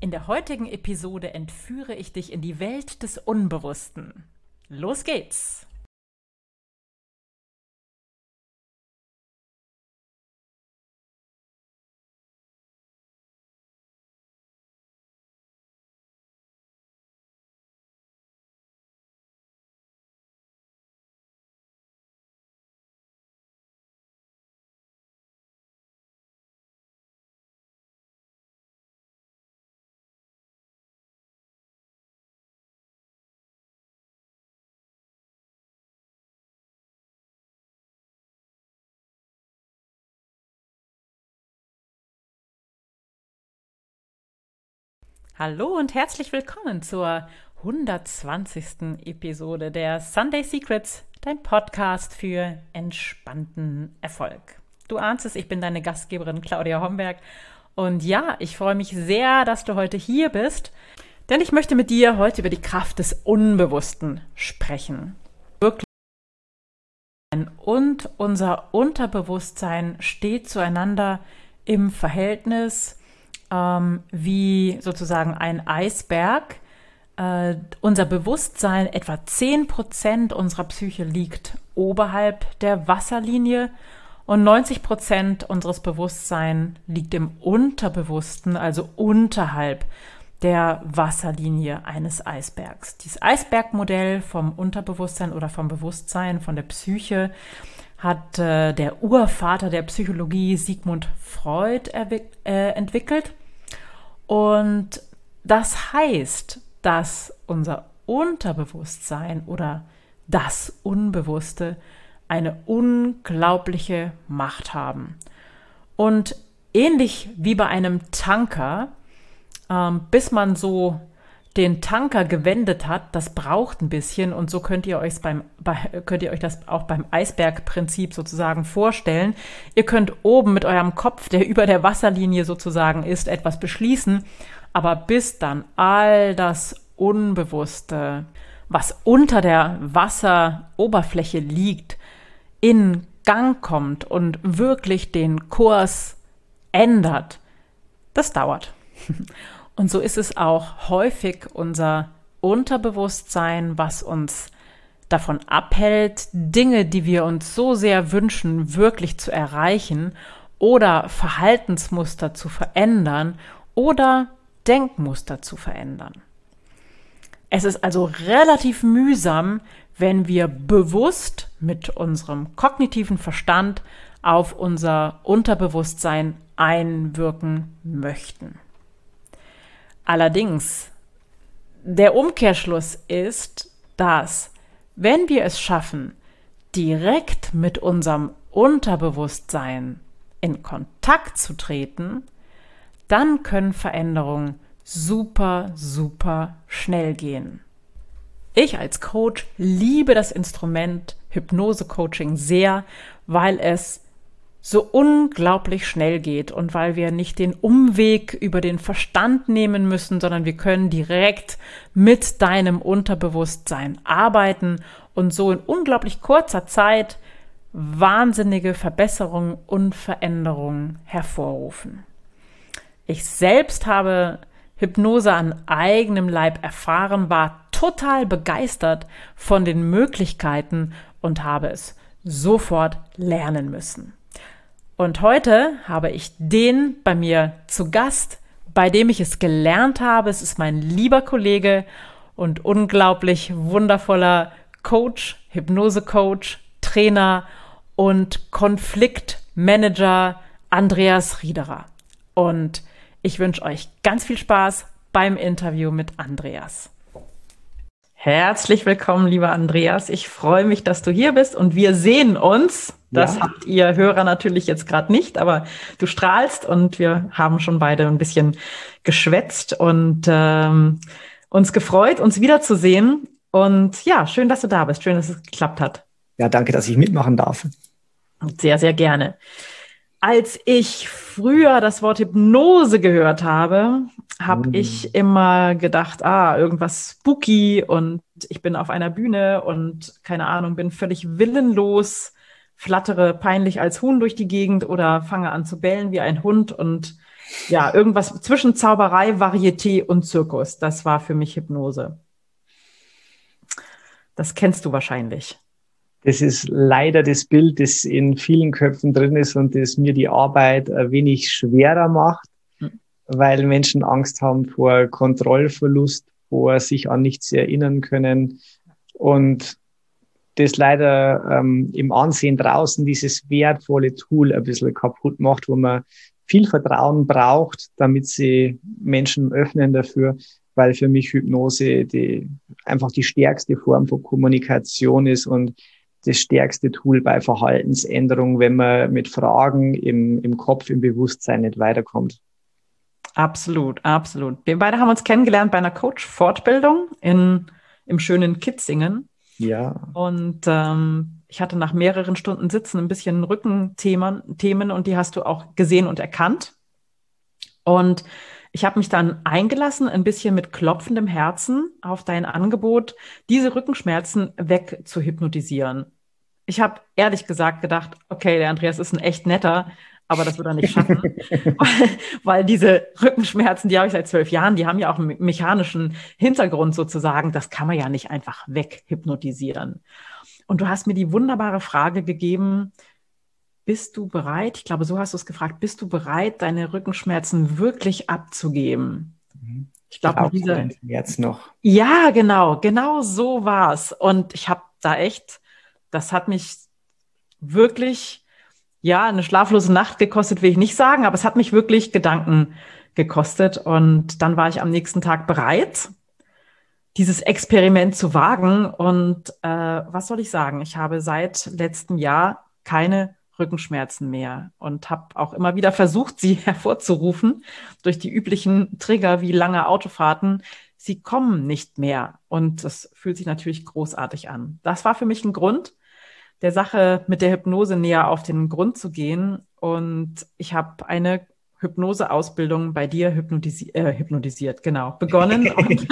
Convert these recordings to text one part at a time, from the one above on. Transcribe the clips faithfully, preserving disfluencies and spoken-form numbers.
In der heutigen Episode entführe ich dich in die Welt des Unbewussten. Los geht's! Hallo und herzlich willkommen zur hundertzwanzigsten Episode der Sunday Secrets, dein Podcast für entspannten Erfolg. Du ahnst es, ich bin deine Gastgeberin Claudia Homberg und ja, ich freue mich sehr, dass du heute hier bist, denn ich möchte mit dir heute über die Kraft des Unbewussten sprechen. Wirklich. Und unser Unterbewusstsein steht zueinander im Verhältnis ähm, wie sozusagen ein Eisberg. Äh, unser Bewusstsein, etwa zehn Prozent unserer Psyche liegt oberhalb der Wasserlinie und neunzig Prozent unseres Bewusstseins liegt im Unterbewussten, also unterhalb der Wasserlinie eines Eisbergs. Dieses Eisbergmodell vom Unterbewusstsein oder vom Bewusstsein, von der Psyche, hat äh, der Urvater der Psychologie Sigmund Freud erwick- äh, entwickelt. Und das heißt, dass unser Unterbewusstsein oder das Unbewusste eine unglaubliche Macht haben. Und ähnlich wie bei einem Tanker, ähm, bis man so den Tanker gewendet hat, das braucht ein bisschen und so könnt ihr euch beim bei, könnt ihr euch das auch beim Eisbergprinzip sozusagen vorstellen. Ihr könnt oben mit eurem Kopf, der über der Wasserlinie sozusagen ist, etwas beschließen, aber bis dann all das Unbewusste, was unter der Wasseroberfläche liegt, in Gang kommt und wirklich den Kurs ändert, das dauert. Und so ist es auch häufig unser Unterbewusstsein, was uns davon abhält, Dinge, die wir uns so sehr wünschen, wirklich zu erreichen oder Verhaltensmuster zu verändern oder Denkmuster zu verändern. Es ist also relativ mühsam, wenn wir bewusst mit unserem kognitiven Verstand auf unser Unterbewusstsein einwirken möchten. Allerdings, der Umkehrschluss ist, dass, wenn wir es schaffen, direkt mit unserem Unterbewusstsein in Kontakt zu treten, dann können Veränderungen super, super schnell gehen. Ich als Coach liebe das Instrument Hypnose-Coaching sehr, weil es so unglaublich schnell geht und weil wir nicht den Umweg über den Verstand nehmen müssen, sondern wir können direkt mit deinem Unterbewusstsein arbeiten und so in unglaublich kurzer Zeit wahnsinnige Verbesserungen und Veränderungen hervorrufen. Ich selbst habe Hypnose an eigenem Leib erfahren, war total begeistert von den Möglichkeiten und habe es sofort lernen müssen. Und heute habe ich den bei mir zu Gast, bei dem ich es gelernt habe. Es ist mein lieber Kollege und unglaublich wundervoller Coach, Hypnose-Coach, Trainer und Konfliktmanager Andreas Riederer. Und ich wünsche euch ganz viel Spaß beim Interview mit Andreas. Herzlich willkommen, lieber Andreas. Ich freue mich, dass du hier bist und wir sehen uns. Das ja. Habt ihr Hörer natürlich jetzt gerade nicht, aber du strahlst und wir haben schon beide ein bisschen geschwätzt und ähm, uns gefreut, uns wiederzusehen. Und ja, schön, dass du da bist. Schön, dass es geklappt hat. Ja, danke, dass ich mitmachen darf. Sehr, sehr gerne. Als ich früher das Wort Hypnose gehört habe, habe mm. ich immer gedacht, ah, irgendwas spooky und ich bin auf einer Bühne und keine Ahnung, bin völlig willenlos, flattere peinlich als Huhn durch die Gegend oder fange an zu bellen wie ein Hund und ja, irgendwas zwischen Zauberei, Varieté und Zirkus. Das war für mich Hypnose. Das kennst du wahrscheinlich. Das ist leider das Bild, das in vielen Köpfen drin ist und das mir die Arbeit ein wenig schwerer macht, Hm. weil Menschen Angst haben vor Kontrollverlust, vor sich an nichts erinnern können und das leider ähm, im Ansehen draußen dieses wertvolle Tool ein bisschen kaputt macht, wo man viel Vertrauen braucht, damit sie Menschen öffnen dafür, weil für mich Hypnose die, einfach die stärkste Form von Kommunikation ist und das stärkste Tool bei Verhaltensänderung, wenn man mit Fragen im, im Kopf, im Bewusstsein nicht weiterkommt. Absolut, absolut. Wir beide haben uns kennengelernt bei einer Coach-Fortbildung in, im schönen Kitzingen. Ja. Und ähm, ich hatte nach mehreren Stunden Sitzen ein bisschen Rückenthemen Themen, und die hast du auch gesehen und erkannt. Und ich habe mich dann eingelassen, ein bisschen mit klopfendem Herzen auf dein Angebot, diese Rückenschmerzen weg zu hypnotisieren. Ich habe ehrlich gesagt gedacht, okay, der Andreas ist ein echt netter, aber das wird er nicht schaffen, weil, weil diese Rückenschmerzen, die habe ich seit zwölf Jahren, die haben ja auch einen mechanischen Hintergrund sozusagen. Das kann man ja nicht einfach weghypnotisieren. Und du hast mir die wunderbare Frage gegeben: Bist du bereit? Ich glaube, so hast du es gefragt. Bist du bereit, deine Rückenschmerzen wirklich abzugeben? Ich glaube, mit Brauchst du dieser, den Schmerz noch? ja, genau, genau so war's. Und ich habe da echt, das hat mich wirklich, ja, eine schlaflose Nacht gekostet, will ich nicht sagen, aber es hat mich wirklich Gedanken gekostet. Und dann war ich am nächsten Tag bereit, dieses Experiment zu wagen. Und äh, was soll ich sagen? Ich habe seit letztem Jahr keine Rückenschmerzen mehr und habe auch immer wieder versucht, sie hervorzurufen durch die üblichen Trigger wie lange Autofahrten. Sie kommen nicht mehr und das fühlt sich natürlich großartig an. Das war für mich ein Grund, der Sache mit der Hypnose näher auf den Grund zu gehen. Und ich habe eine Hypnoseausbildung bei dir hypnotisi äh, hypnotisiert, genau, begonnen und,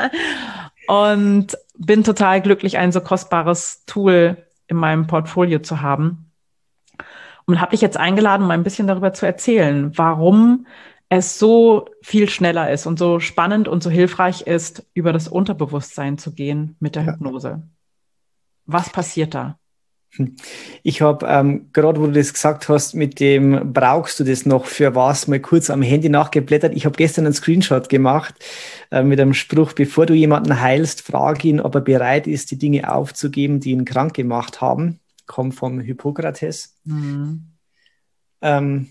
und bin total glücklich, ein so kostbares Tool in meinem Portfolio zu haben. Und habe dich jetzt eingeladen, um ein bisschen darüber zu erzählen, warum es so viel schneller ist und so spannend und so hilfreich ist, über das Unterbewusstsein zu gehen mit der Ja. Hypnose. Was passiert da? Ich habe ähm, gerade, wo du das gesagt hast, mit dem brauchst du das noch für was, mal kurz am Handy nachgeblättert. Ich habe gestern einen Screenshot gemacht äh, mit einem Spruch: Bevor du jemanden heilst, frag ihn, ob er bereit ist, die Dinge aufzugeben, die ihn krank gemacht haben. Kommt vom Hippokrates. Mhm. Ähm,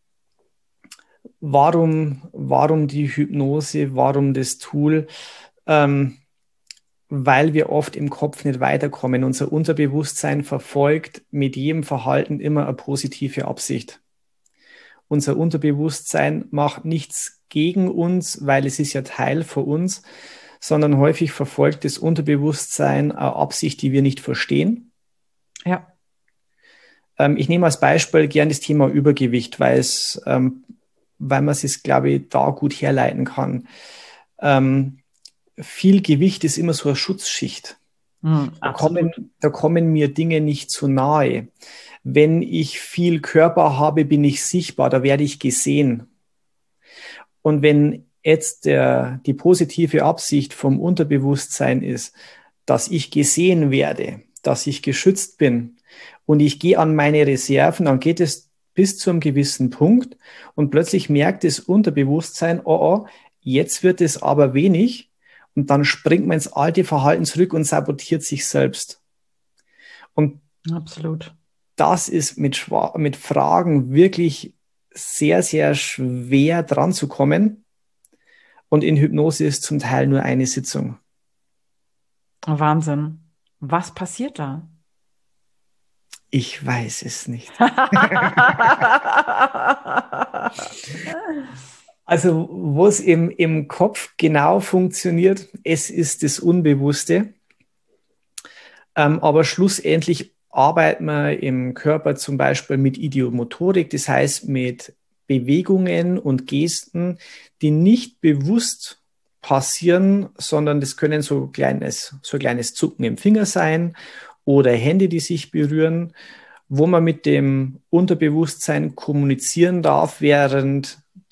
warum, warum die Hypnose, warum das Tool? Ähm, weil wir oft im Kopf nicht weiterkommen. Unser Unterbewusstsein verfolgt mit jedem Verhalten immer eine positive Absicht. Unser Unterbewusstsein macht nichts gegen uns, weil es ist ja Teil von uns, sondern häufig verfolgt das Unterbewusstsein eine Absicht, die wir nicht verstehen. Ja. Ähm, ich nehme als Beispiel gern das Thema Übergewicht, weil es, ähm, weil man es, glaube ich, da gut herleiten kann. Ähm, viel Gewicht ist immer so eine Schutzschicht. Mhm, Da absolut. kommen, da kommen mir Dinge nicht zu nahe. Wenn ich viel Körper habe, bin ich sichtbar, da werde ich gesehen. Und wenn jetzt der, die positive Absicht vom Unterbewusstsein ist, dass ich gesehen werde, dass ich geschützt bin und ich gehe an meine Reserven, dann geht es bis zu einem gewissen Punkt und plötzlich merkt das Unterbewusstsein, oh, oh, jetzt wird es aber wenig. Und dann springt man ins alte Verhalten zurück und sabotiert sich selbst. Und Absolut. das ist mit, mit Fragen wirklich sehr, sehr schwer dran zu kommen. Und in Hypnose ist zum Teil nur eine Sitzung. Wahnsinn. Was passiert da? Ich weiß es nicht. Also, wo es im, im Kopf genau funktioniert, es ist das Unbewusste. Ähm, aber schlussendlich arbeiten wir im Körper zum Beispiel mit Ideomotorik, das heißt mit Bewegungen und Gesten, die nicht bewusst passieren, sondern das können so kleines, so kleines Zucken im Finger sein oder Hände, die sich berühren, wo man mit dem Unterbewusstsein kommunizieren darf, während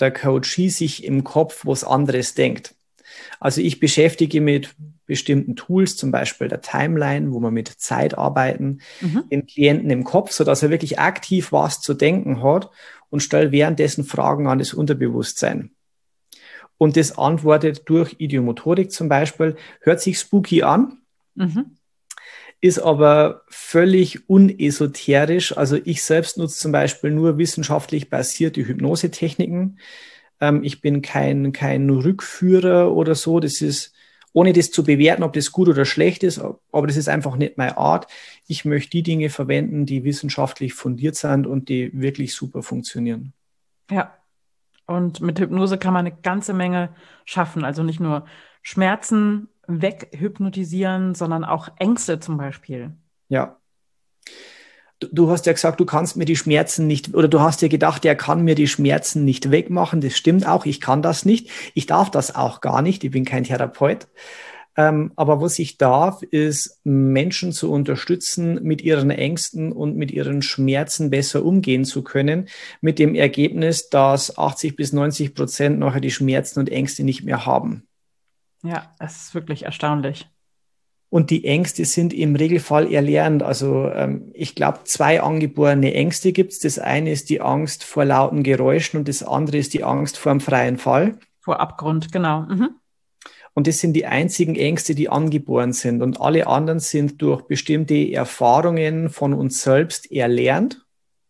der Coachee sich im Kopf was anderes denkt. Also ich beschäftige mit bestimmten Tools, zum Beispiel der Timeline, wo wir mit Zeit arbeiten, mhm. den Klienten im Kopf, sodass er wirklich aktiv was zu denken hat und stelle währenddessen Fragen an das Unterbewusstsein. Und das antwortet durch Idiomotorik zum Beispiel, hört sich spooky an, mhm. ist aber völlig unesoterisch. Also ich selbst nutze zum Beispiel nur wissenschaftlich basierte Hypnosetechniken. Ähm, ich bin kein, kein Rückführer oder so. Das ist, ohne das zu bewerten, ob das gut oder schlecht ist, aber das ist einfach nicht meine Art. Ich möchte die Dinge verwenden, die wissenschaftlich fundiert sind und die wirklich super funktionieren. Ja. Und mit Hypnose kann man eine ganze Menge schaffen. Also nicht nur Schmerzen weghypnotisieren, sondern auch Ängste zum Beispiel. Ja. Du, du hast ja gesagt, du kannst mir die Schmerzen nicht, oder du hast ja gedacht, er kann mir die Schmerzen nicht wegmachen. Das stimmt auch. Ich kann das nicht. Ich darf das auch gar nicht. Ich bin kein Therapeut. Ähm, aber was ich darf, ist, Menschen zu unterstützen, mit ihren Ängsten und mit ihren Schmerzen besser umgehen zu können, mit dem Ergebnis, dass achtzig bis neunzig Prozent nachher die Schmerzen und Ängste nicht mehr haben. Ja, das ist wirklich erstaunlich. Und die Ängste sind im Regelfall erlernt. Also ähm, ich glaube, zwei angeborene Ängste gibt es. Das eine ist die Angst vor lauten Geräuschen und das andere ist die Angst vor dem freien Fall. Vor Abgrund, genau. Mhm. Und das sind die einzigen Ängste, die angeboren sind. Und alle anderen sind durch bestimmte Erfahrungen von uns selbst erlernt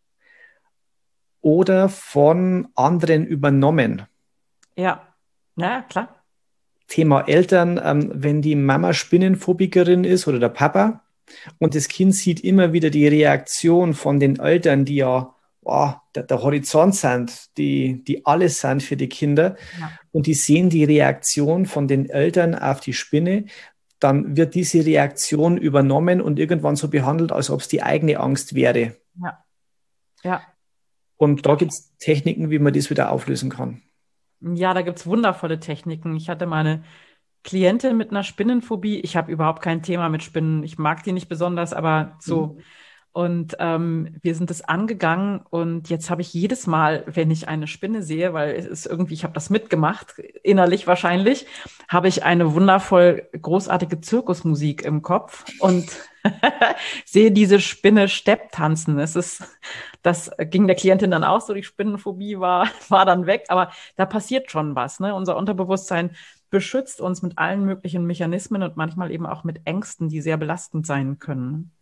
oder von anderen übernommen. Ja, ja, klar. Thema Eltern, ähm, wenn die Mama Spinnenphobikerin ist oder der Papa und das Kind sieht immer wieder die Reaktion von den Eltern, die ja oh, der, der Horizont sind, die, die alles sind für die Kinder, ja. Und die sehen die Reaktion von den Eltern auf die Spinne, dann wird diese Reaktion übernommen und irgendwann so behandelt, als ob es die eigene Angst wäre. Ja. Ja. Und da gibt es Techniken, wie man das wieder auflösen kann. Ja, da gibt es wundervolle Techniken. Ich hatte meine Klientin mit einer Spinnenphobie. Ich habe überhaupt kein Thema mit Spinnen. Ich mag die nicht besonders, aber so. Mhm. Und ähm, wir sind das angegangen und jetzt habe ich jedes Mal, wenn ich eine Spinne sehe, weil es ist irgendwie, ich habe das mitgemacht, innerlich wahrscheinlich, habe ich eine wundervoll großartige Zirkusmusik im Kopf und sehe diese Spinne stepptanzen. Es ist, das ging der Klientin dann auch so, die Spinnenphobie war, war dann weg, aber da passiert schon was, ne? Unser Unterbewusstsein beschützt uns mit allen möglichen Mechanismen und manchmal eben auch mit Ängsten, die sehr belastend sein können.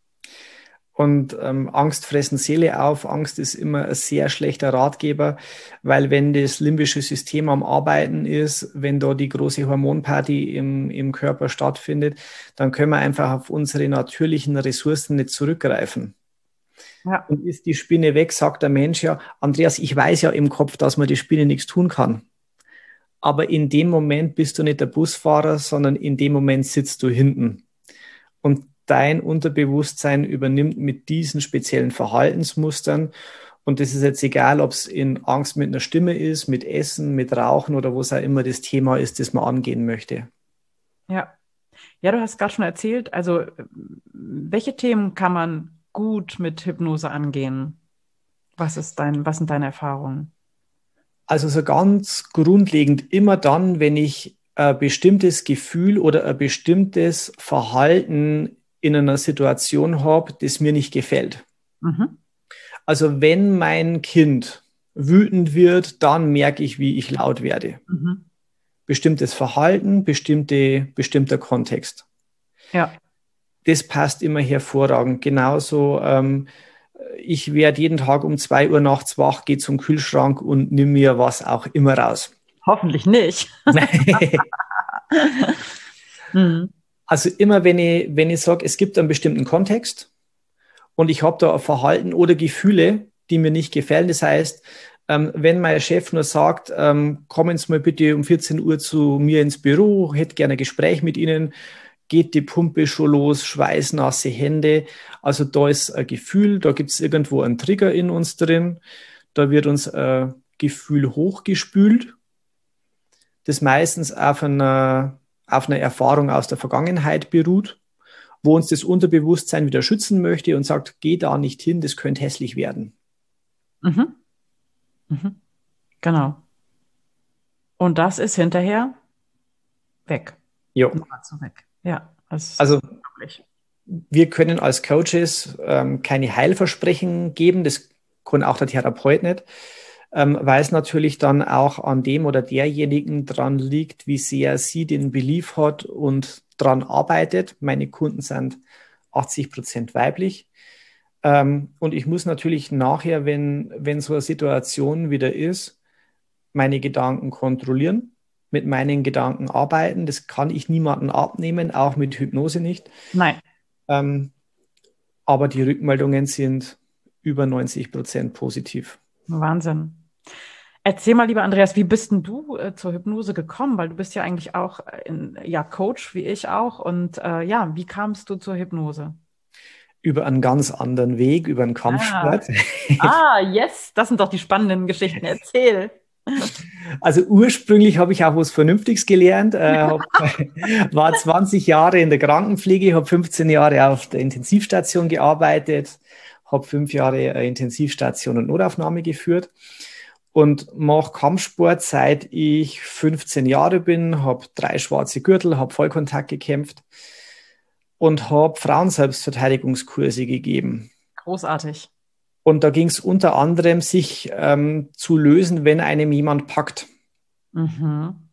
Und ähm, Angst fressen Seele auf. Angst ist immer ein sehr schlechter Ratgeber, weil wenn das limbische System am Arbeiten ist, wenn da die große Hormonparty im, im Körper stattfindet, dann können wir einfach auf unsere natürlichen Ressourcen nicht zurückgreifen. Ja. Und ist die Spinne weg, sagt der Mensch ja, Andreas, ich weiß ja im Kopf, dass man die Spinne nichts tun kann. Aber in dem Moment bist du nicht der Busfahrer, sondern in dem Moment sitzt du hinten. Und dein Unterbewusstsein übernimmt mit diesen speziellen Verhaltensmustern. Und das ist jetzt egal, ob es in Angst mit einer Stimme ist, mit Essen, mit Rauchen oder was auch immer das Thema ist, das man angehen möchte. Ja, ja, du hast gerade schon erzählt, also welche Themen kann man gut mit Hypnose angehen? Was ist dein, was sind deine Erfahrungen? Also so ganz grundlegend immer dann, wenn ich ein bestimmtes Gefühl oder ein bestimmtes Verhalten in einer Situation habe, das mir nicht gefällt. Mhm. Also wenn mein Kind wütend wird, dann merke ich, wie ich laut werde. Mhm. Bestimmtes Verhalten, bestimmte, bestimmter Kontext. Ja. Das passt immer hervorragend. Genauso, ähm, ich werde jeden Tag um zwei Uhr nachts wach, gehe zum Kühlschrank und nimm mir was auch immer raus. Hoffentlich nicht. mhm. Also immer, wenn ich, wenn ich sage, es gibt einen bestimmten Kontext und ich habe da ein Verhalten oder Gefühle, die mir nicht gefallen. Das heißt, ähm, wenn mein Chef nur sagt, ähm, kommen Sie mal bitte um vierzehn Uhr zu mir ins Büro, hätte gerne ein Gespräch mit Ihnen, geht die Pumpe schon los, schweißnasse Hände. Also da ist ein Gefühl, da gibt es irgendwo einen Trigger in uns drin, da wird uns ein Gefühl hochgespült, das meistens auf einer auf einer Erfahrung aus der Vergangenheit beruht, wo uns das Unterbewusstsein wieder schützen möchte und sagt, geh da nicht hin, das könnte hässlich werden. Mhm. Mhm. Genau. Und das ist hinterher weg. Ja. Nahezu weg. Ja, das ist Also unglaublich. wir können als Coaches ähm, keine Heilversprechen geben, das kann auch der Therapeut nicht, ähm, weil es natürlich dann auch an dem oder derjenigen dran liegt, wie sehr sie den Belief hat und dran arbeitet. Meine Kunden sind achtzig Prozent weiblich. Ähm, und ich muss natürlich nachher, wenn, wenn so eine Situation wieder ist, meine Gedanken kontrollieren, mit meinen Gedanken arbeiten. Das kann ich niemandem abnehmen, auch mit Hypnose nicht. Nein, Ähm, aber die Rückmeldungen sind über neunzig Prozent positiv. Wahnsinn. Erzähl mal, lieber Andreas, wie bist denn du äh, zur Hypnose gekommen? Weil du bist ja eigentlich auch äh, in, ja, Coach, wie ich auch. Und äh, ja, wie kamst du zur Hypnose? Über einen ganz anderen Weg, über einen Ah, Kampfsport. ah, yes, das sind doch die spannenden Geschichten. Erzähl. Also ursprünglich habe ich auch was Vernünftiges gelernt, äh, hab, war zwanzig Jahre in der Krankenpflege, habe fünfzehn Jahre auf der Intensivstation gearbeitet, habe fünf Jahre äh, Intensivstation und Notaufnahme geführt und mache Kampfsport seit ich fünfzehn Jahre bin, habe drei schwarze Gürtel, habe Vollkontakt gekämpft und habe Frauen-Selbstverteidigungskurse gegeben. Großartig. Und da ging es unter anderem, sich ähm, zu lösen, wenn einem jemand packt. Mhm.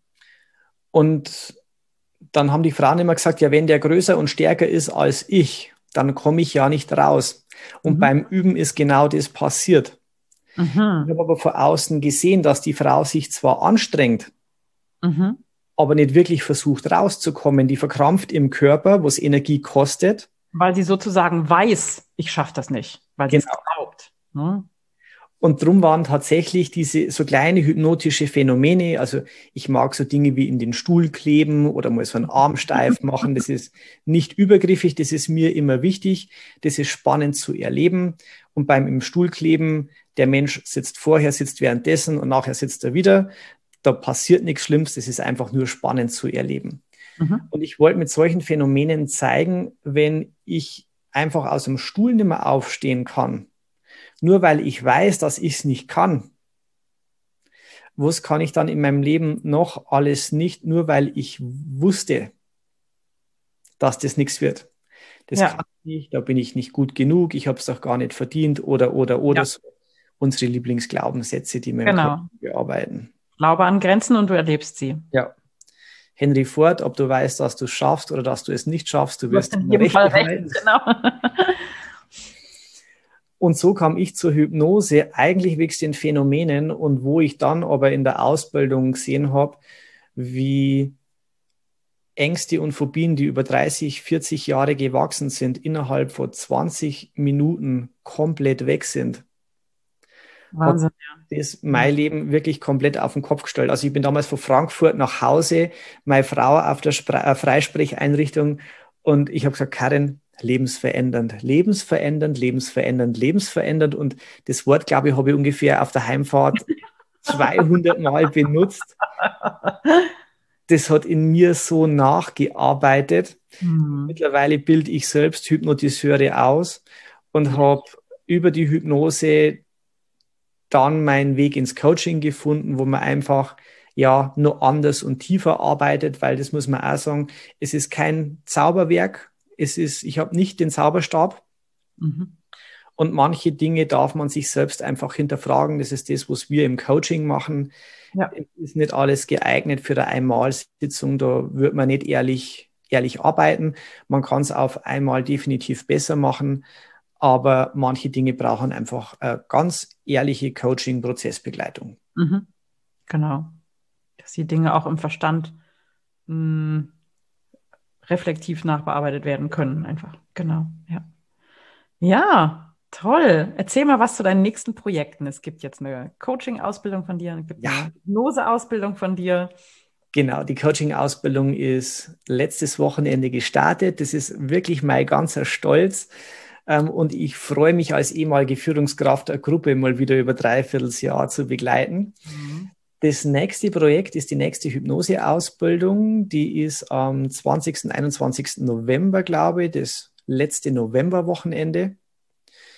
Und dann haben die Frauen immer gesagt, ja, wenn der größer und stärker ist als ich, dann komme ich ja nicht raus. Und Mhm. beim Üben ist genau das passiert. Ich Mhm. habe aber von außen gesehen, dass die Frau sich zwar anstrengt, Mhm. aber nicht wirklich versucht rauszukommen. Die verkrampft im Körper, was Energie kostet. Weil sie sozusagen weiß, ich schaffe das nicht, weil sie es Genau. glaubt. Ne? Und drum waren tatsächlich diese so kleine hypnotische Phänomene, also ich mag so Dinge wie in den Stuhl kleben oder mal so einen Arm steif machen, das ist nicht übergriffig, das ist mir immer wichtig, das ist spannend zu erleben. Und beim im Stuhl kleben, der Mensch sitzt vorher, sitzt währenddessen und nachher sitzt er wieder. Da passiert nichts Schlimmes, das ist einfach nur spannend zu erleben. Mhm. Und ich wollte mit solchen Phänomenen zeigen, wenn ich einfach aus dem Stuhl nicht mehr aufstehen kann, nur weil ich weiß, dass ich es nicht kann, was kann ich dann in meinem Leben noch alles nicht, nur weil ich wusste, dass das nichts wird. Das Ja, kann ich nicht, da bin ich nicht gut genug, ich habe es doch gar nicht verdient oder, oder, oder ja, so. Unsere Lieblingsglaubenssätze, die wir im genau. Coaching bearbeiten. Glaube an Grenzen und du erlebst sie. Ja. Henry Ford, ob du weißt, dass du es schaffst oder dass du es nicht schaffst, du Du hast wirst in immer jedem recht Fall recht, behalten. genau. Und so kam ich zur Hypnose, eigentlich wegen den Phänomenen und wo ich dann aber in der Ausbildung gesehen habe, wie Ängste und Phobien, die über dreißig, vierzig Jahre gewachsen sind, innerhalb von zwanzig Minuten komplett weg sind, hat Wahnsinn. das Ja. mein Leben wirklich komplett auf den Kopf gestellt. Also ich bin damals von Frankfurt nach Hause, meine Frau auf der Spre äh, Freisprecheinrichtung und ich habe gesagt, Karin, lebensverändernd, lebensverändernd, lebensverändernd, lebensverändernd und das Wort, glaube ich, habe ich ungefähr auf der Heimfahrt zweihundert Mal benutzt. Das hat in mir so nachgearbeitet. Hm. Mittlerweile bilde ich selbst Hypnotiseure aus und habe über die Hypnose dann meinen Weg ins Coaching gefunden, wo man einfach ja nur anders und tiefer arbeitet, weil das muss man auch sagen, es ist kein Zauberwerk, es ist, ich habe nicht den Zauberstab Mhm. und manche Dinge darf man sich selbst einfach hinterfragen. Das ist das, was wir im Coaching machen. Ja. Es ist nicht alles geeignet für eine Einmalsitzung, da wird man nicht ehrlich, ehrlich arbeiten. Man kann es auf einmal definitiv besser machen, aber manche Dinge brauchen einfach eine ganz ehrliche Coaching-Prozessbegleitung. Mhm. Genau. Dass die Dinge auch im Verstand mh, reflektiv nachbearbeitet werden können, einfach. Genau. Ja. Ja, toll. Erzähl mal was zu deinen nächsten Projekten. Es gibt jetzt eine Coaching-Ausbildung von dir, es gibt Ja, eine Hypnose-Ausbildung von dir. genau. Die Coaching-Ausbildung ist letztes Wochenende gestartet. Das ist wirklich mein ganzer Stolz. Ähm, Und ich freue mich als ehemalige Führungskraft der Gruppe mal wieder über dreiviertel Jahr zu begleiten. Mhm. Das nächste Projekt ist die nächste Hypnose-Ausbildung. Die ist am zwanzigsten, einundzwanzigsten November, glaube ich, das letzte Novemberwochenende.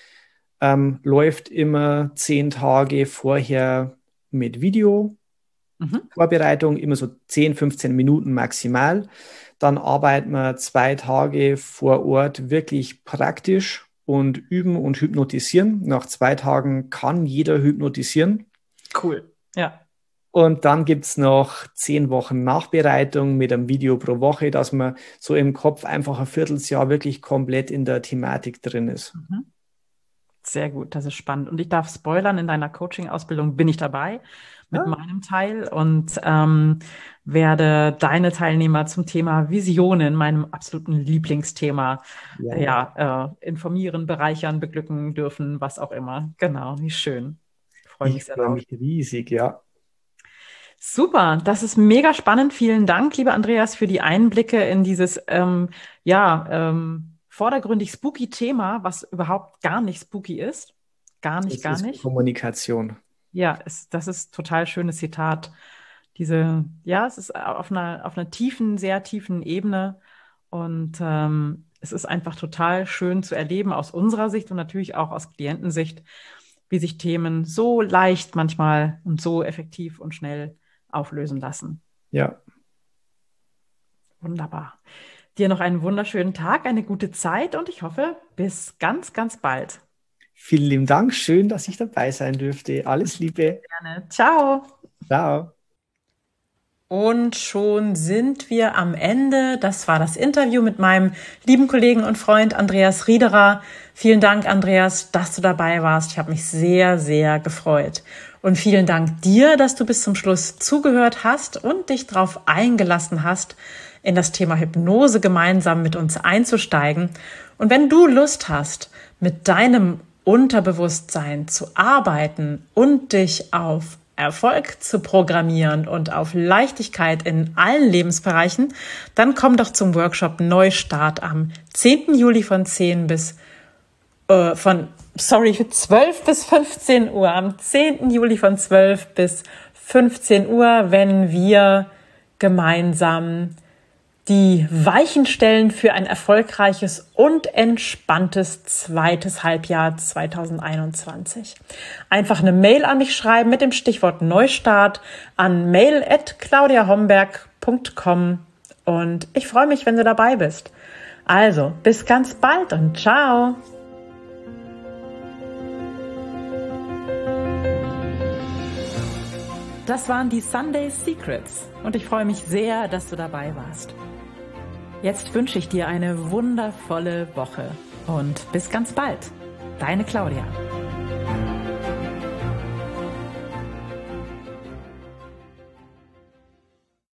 Ähm, läuft immer zehn Tage vorher mit Video. Mhm. Vorbereitung immer so zehn, fünfzehn Minuten maximal. Dann arbeiten wir zwei Tage vor Ort wirklich praktisch und üben und hypnotisieren. Nach zwei Tagen kann jeder hypnotisieren. Cool, ja. Und dann gibt's noch zehn Wochen Nachbereitung mit einem Video pro Woche, dass man so im Kopf einfach ein Vierteljahr wirklich komplett in der Thematik drin ist. Mhm. Sehr gut, das ist spannend. Und ich darf spoilern, in deiner Coaching-Ausbildung bin ich dabei mit ja. meinem Teil und ähm, werde deine Teilnehmer zum Thema Visionen, meinem absoluten Lieblingsthema, ja, ja äh, informieren, bereichern, beglücken dürfen, was auch immer. Genau, wie schön. Ich freue mich sehr drauf. Ich freue mich riesig, ja. Super, das ist mega spannend. Vielen Dank, lieber Andreas, für die Einblicke in dieses, ähm, ja, ähm, vordergründig spooky Thema, was überhaupt gar nicht spooky ist. Gar nicht, das gar ist nicht. Kommunikation. Ja, es, das ist total schönes Zitat. Diese, ja, es ist auf einer, auf einer tiefen, sehr tiefen Ebene und ähm, es ist einfach total schön zu erleben aus unserer Sicht und natürlich auch aus Klientensicht, wie sich Themen so leicht manchmal und so effektiv und schnell auflösen lassen. Ja. Wunderbar. Dir noch einen wunderschönen Tag, eine gute Zeit und ich hoffe, bis ganz, ganz bald. Vielen lieben Dank. Schön, dass ich dabei sein dürfte. Alles Liebe. Gerne. Ciao. Ciao. Und schon sind wir am Ende. Das war das Interview mit meinem lieben Kollegen und Freund Andreas Riederer. Vielen Dank, Andreas, dass du dabei warst. Ich habe mich sehr, sehr gefreut. Und vielen Dank dir, dass du bis zum Schluss zugehört hast und dich darauf eingelassen hast, in das Thema Hypnose gemeinsam mit uns einzusteigen. Und wenn du Lust hast, mit deinem Unterbewusstsein zu arbeiten und dich auf Erfolg zu programmieren und auf Leichtigkeit in allen Lebensbereichen, dann komm doch zum Workshop Neustart am zehnten Juli von zehn bis äh, von sorry für zwölf bis fünfzehn Uhr, am zehnten Juli von zwölf bis fünfzehn Uhr, wenn wir gemeinsam die Weichen stellen für ein erfolgreiches und entspanntes zweites Halbjahr zwanzig einundzwanzig. Einfach eine Mail an mich schreiben mit dem Stichwort Neustart an mail at claudia homberg punkt com und ich freue mich, wenn du dabei bist. Also, bis ganz bald und ciao! Das waren die Sunday Secrets und ich freue mich sehr, dass du dabei warst. Jetzt wünsche ich dir eine wundervolle Woche und bis ganz bald. Deine Claudia.